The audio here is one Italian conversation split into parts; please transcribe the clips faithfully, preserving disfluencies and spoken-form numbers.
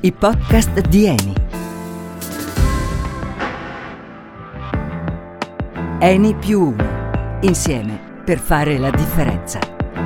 i podcast di Eni. Eni più uno, insieme per fare la differenza.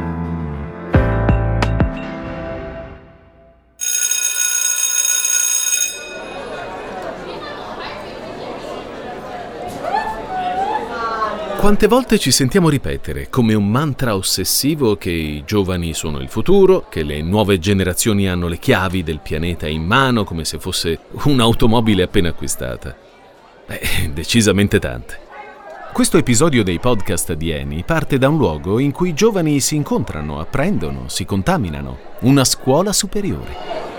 Quante volte ci sentiamo ripetere come un mantra ossessivo che i giovani sono il futuro, che le nuove generazioni hanno le chiavi del pianeta in mano come se fosse un'automobile appena acquistata. Beh, decisamente tante. Questo episodio dei podcast di Eni parte da un luogo in cui i giovani si incontrano, apprendono, si contaminano. Una scuola superiore.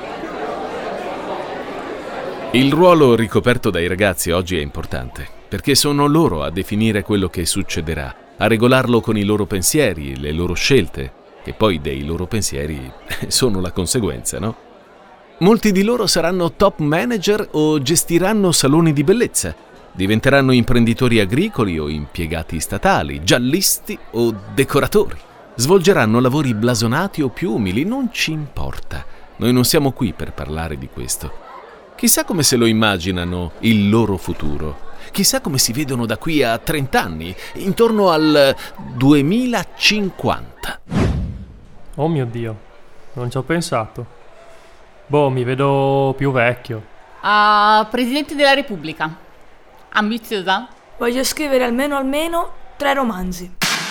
Il ruolo ricoperto dai ragazzi oggi è importante, perché sono loro a definire quello che succederà, a regolarlo con i loro pensieri, le loro scelte, che poi dei loro pensieri sono la conseguenza, no? Molti di loro saranno top manager o gestiranno saloni di bellezza, diventeranno imprenditori agricoli o impiegati statali, giallisti o decoratori. Svolgeranno lavori blasonati o più umili, non ci importa. Noi non siamo qui per parlare di questo. Chissà come se lo immaginano il loro futuro. Chissà come si vedono da qui a trent'anni, intorno al duemilacinquanta. Oh mio Dio, non ci ho pensato. Boh, mi vedo più vecchio. Ah, Presidente della Repubblica. Ambiziosa? Voglio scrivere almeno almeno tre romanzi.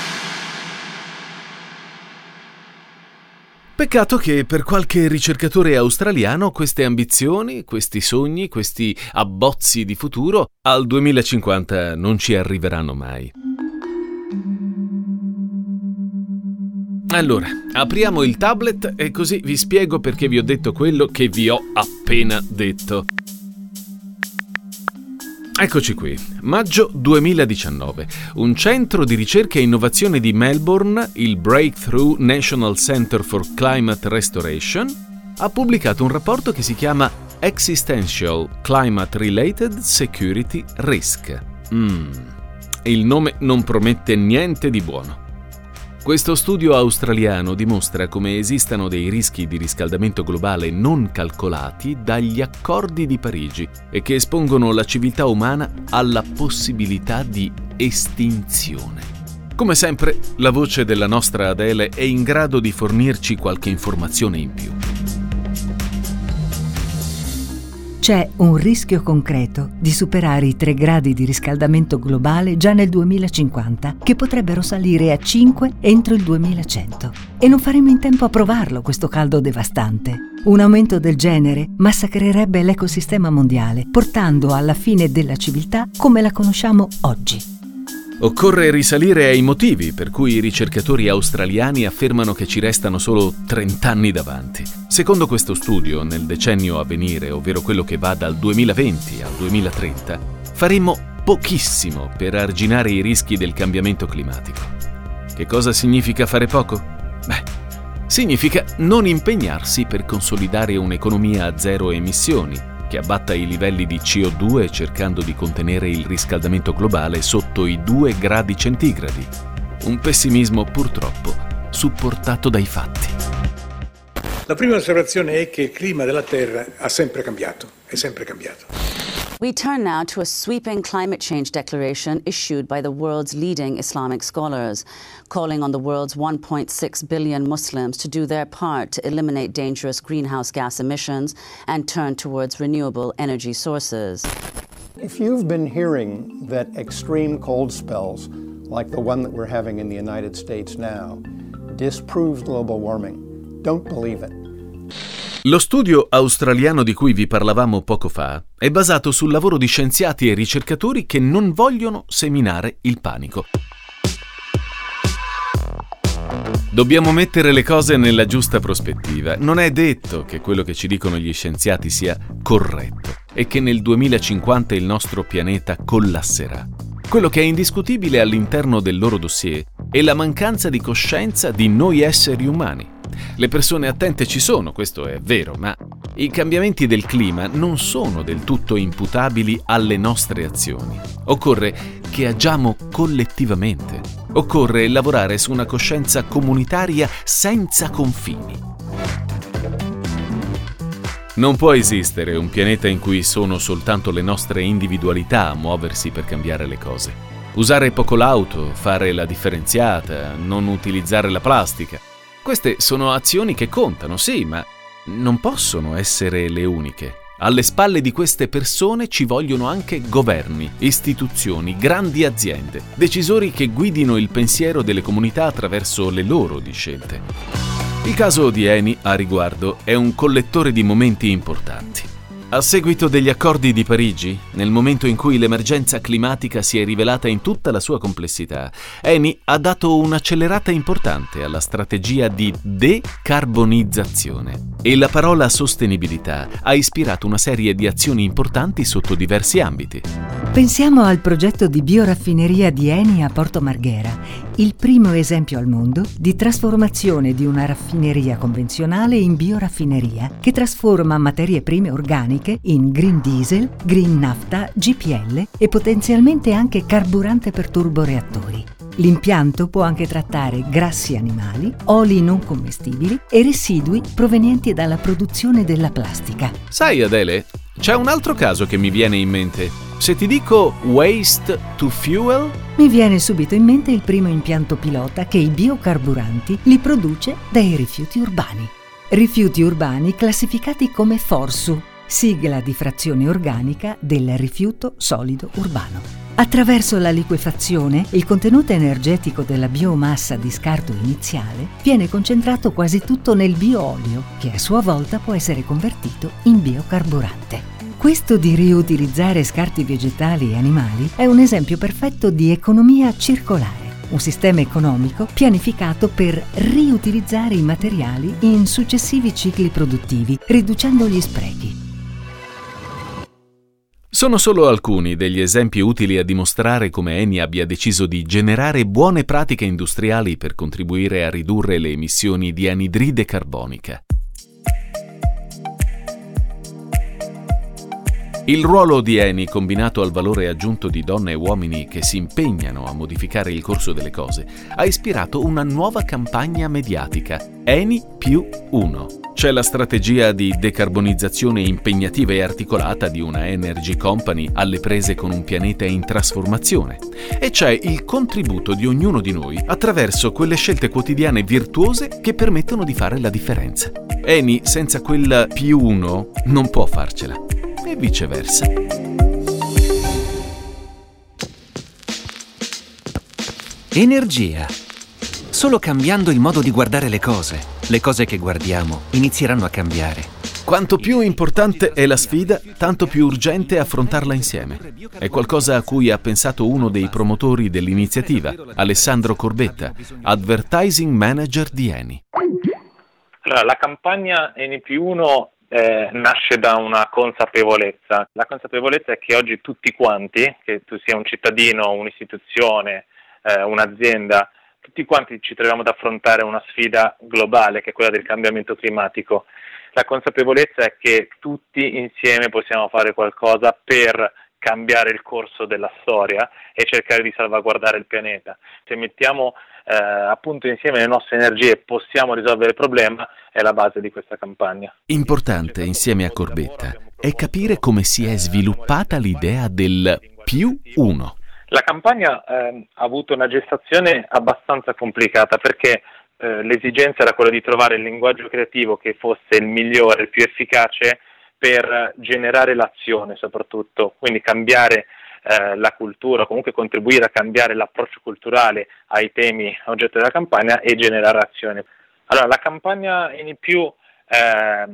Peccato che per qualche ricercatore australiano queste ambizioni, questi sogni, questi abbozzi di futuro al duemilacinquanta non ci arriveranno mai. Allora, apriamo il tablet e così vi spiego perché vi ho detto quello che vi ho appena detto. Eccoci qui, maggio duemiladiciannove. Un centro di ricerca e innovazione di Melbourne, il Breakthrough National Centre for Climate Restoration, ha pubblicato un rapporto che si chiama Existential Climate Related Security Risk. Mm. Il nome non promette niente di buono. Questo studio australiano dimostra come esistano dei rischi di riscaldamento globale non calcolati dagli accordi di Parigi e che espongono la civiltà umana alla possibilità di estinzione. Come sempre, la voce della nostra Adele è in grado di fornirci qualche informazione in più. C'è un rischio concreto di superare i tre gradi di riscaldamento globale già nel duemilacinquanta, che potrebbero salire a cinque entro il duemilacento. E non faremo in tempo a provarlo, questo caldo devastante. Un aumento del genere massacrerebbe l'ecosistema mondiale, portando alla fine della civiltà come la conosciamo oggi. Occorre risalire ai motivi per cui i ricercatori australiani affermano che ci restano solo trent'anni davanti. Secondo questo studio, nel decennio a venire, ovvero quello che va dal duemilaventi al duemilatrenta, faremo pochissimo per arginare i rischi del cambiamento climatico. Che cosa significa fare poco? Beh, significa non impegnarsi per consolidare un'economia a zero emissioni, che abbatta i livelli di C O due cercando di contenere il riscaldamento globale sotto i due gradi centigradi. Un pessimismo purtroppo supportato dai fatti. La prima osservazione è che il clima della Terra ha sempre cambiato, è sempre cambiato. We turn now to a sweeping climate change declaration issued by the world's leading Islamic scholars, calling on the world's one point six billion Muslims to do their part to eliminate dangerous greenhouse gas emissions and turn towards renewable energy sources. If you've been hearing that extreme cold spells, like the one that we're having in the United States now, disproves global warming, don't believe it. Lo studio australiano di cui vi parlavamo poco fa è basato sul lavoro di scienziati e ricercatori che non vogliono seminare il panico. Dobbiamo mettere le cose nella giusta prospettiva. Non è detto che quello che ci dicono gli scienziati sia corretto e che nel duemilacinquanta il nostro pianeta collasserà. Quello che è indiscutibile all'interno del loro dossier è la mancanza di coscienza di noi esseri umani. Le persone attente ci sono, questo è vero, ma i cambiamenti del clima non sono del tutto imputabili alle nostre azioni. Occorre che agiamo collettivamente. Occorre lavorare su una coscienza comunitaria senza confini. Non può esistere un pianeta in cui sono soltanto le nostre individualità a muoversi per cambiare le cose. Usare poco l'auto, fare la differenziata, non utilizzare la plastica. Queste sono azioni che contano, sì, ma non possono essere le uniche. Alle spalle di queste persone ci vogliono anche governi, istituzioni, grandi aziende, decisori che guidino il pensiero delle comunità attraverso le loro di scelte. Il caso di Eni, a riguardo, è un collettore di momenti importanti. A seguito degli accordi di Parigi, nel momento in cui l'emergenza climatica si è rivelata in tutta la sua complessità, Eni ha dato un'accelerata importante alla strategia di decarbonizzazione e la parola sostenibilità ha ispirato una serie di azioni importanti sotto diversi ambiti. Pensiamo al progetto di bioraffineria di Eni a Porto Marghera, il primo esempio al mondo di trasformazione di una raffineria convenzionale in bioraffineria che trasforma materie prime organiche in green diesel, green nafta, G P L e potenzialmente anche carburante per turboreattori. L'impianto può anche trattare grassi animali, oli non commestibili e residui provenienti dalla produzione della plastica. Sai, Adele, c'è un altro caso che mi viene in mente. Se ti dico waste to fuel? Mi viene subito in mente il primo impianto pilota che i biocarburanti li produce dai rifiuti urbani. Rifiuti urbani classificati come FORSU, sigla di frazione organica del rifiuto solido urbano. Attraverso la liquefazione, il contenuto energetico della biomassa di scarto iniziale viene concentrato quasi tutto nel bioolio, che a sua volta può essere convertito in biocarburante. Questo di riutilizzare scarti vegetali e animali è un esempio perfetto di economia circolare, un sistema economico pianificato per riutilizzare i materiali in successivi cicli produttivi, riducendo gli sprechi. Sono solo alcuni degli esempi utili a dimostrare come Eni abbia deciso di generare buone pratiche industriali per contribuire a ridurre le emissioni di anidride carbonica. Il ruolo di Eni, combinato al valore aggiunto di donne e uomini che si impegnano a modificare il corso delle cose, ha ispirato una nuova campagna mediatica, Eni più uno. C'è la strategia di decarbonizzazione impegnativa e articolata di una energy company alle prese con un pianeta in trasformazione. E c'è il contributo di ognuno di noi attraverso quelle scelte quotidiane virtuose che permettono di fare la differenza. Eni, senza quel più uno, non può farcela. E viceversa. Energia. Solo cambiando il modo di guardare le cose, le cose che guardiamo inizieranno a cambiare. Quanto più importante è la sfida, tanto più urgente affrontarla insieme. È qualcosa a cui ha pensato uno dei promotori dell'iniziativa, Alessandro Corbetta, Advertising Manager di Eni. Allora, la campagna Eni più uno Eh, nasce da una consapevolezza. La consapevolezza è che oggi tutti quanti, che tu sia un cittadino, un'istituzione, eh, un'azienda, tutti quanti ci troviamo ad affrontare una sfida globale che è quella del cambiamento climatico. La consapevolezza è che tutti insieme possiamo fare qualcosa per cambiare il corso della storia e cercare di salvaguardare il pianeta. Se mettiamo eh, appunto insieme le nostre energie possiamo risolvere il problema, è la base di questa campagna. Importante, insieme a Corbetta, è capire come si è sviluppata l'idea del più uno. La campagna eh, ha avuto una gestazione abbastanza complicata perché eh, l'esigenza era quella di trovare il linguaggio creativo che fosse il migliore, il più efficace per generare l'azione soprattutto, quindi cambiare eh, la cultura, comunque contribuire a cambiare l'approccio culturale ai temi oggetto della campagna e generare azione. Allora, la campagna Eni più eh,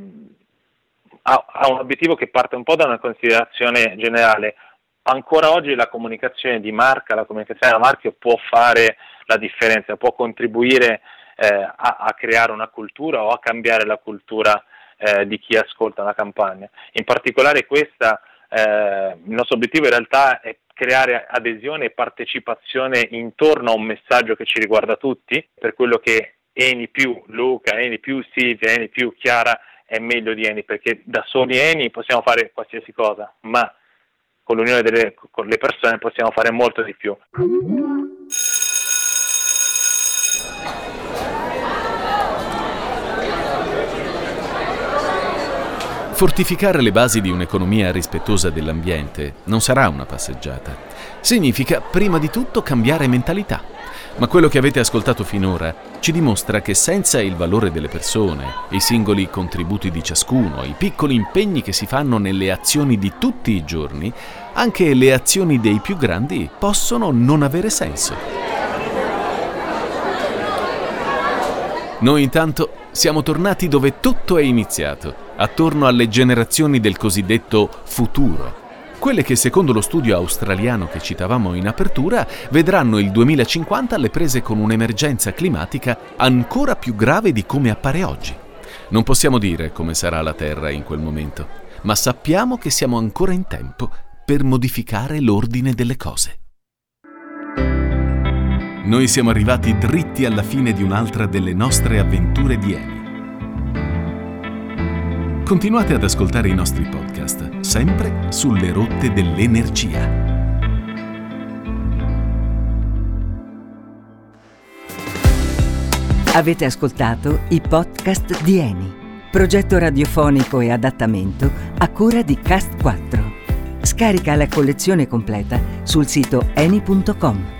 ha, ha un obiettivo che parte un po' da una considerazione generale. Ancora oggi la comunicazione di marca, la comunicazione da marchio può fare la differenza, può contribuire eh, a, a creare una cultura o a cambiare la cultura eh, di chi ascolta la campagna. In particolare questa, eh, il nostro obiettivo in realtà è creare adesione e partecipazione intorno a un messaggio che ci riguarda tutti, per quello che Eni più Luca, Eni più Silvia, Eni più Chiara è meglio di Eni, perché da soli Eni possiamo fare qualsiasi cosa, ma con l'unione delle con le persone possiamo fare molto di più. Fortificare le basi di un'economia rispettosa dell'ambiente non sarà una passeggiata. Significa, prima di tutto, cambiare mentalità. Ma quello che avete ascoltato finora ci dimostra che senza il valore delle persone, i singoli contributi di ciascuno, i piccoli impegni che si fanno nelle azioni di tutti i giorni, anche le azioni dei più grandi possono non avere senso. Noi intanto siamo tornati dove tutto è iniziato, attorno alle generazioni del cosiddetto futuro. Quelle che, secondo lo studio australiano che citavamo in apertura, vedranno il duemilacinquanta alle prese con un'emergenza climatica ancora più grave di come appare oggi. Non possiamo dire come sarà la Terra in quel momento, ma sappiamo che siamo ancora in tempo per modificare l'ordine delle cose. Noi siamo arrivati dritti alla fine di un'altra delle nostre avventure di Eni. Continuate ad ascoltare i nostri podcast, sempre sulle rotte dell'energia. Avete ascoltato i podcast di Eni, progetto radiofonico e adattamento a cura di Cast quattro. Scarica la collezione completa sul sito eni punto com.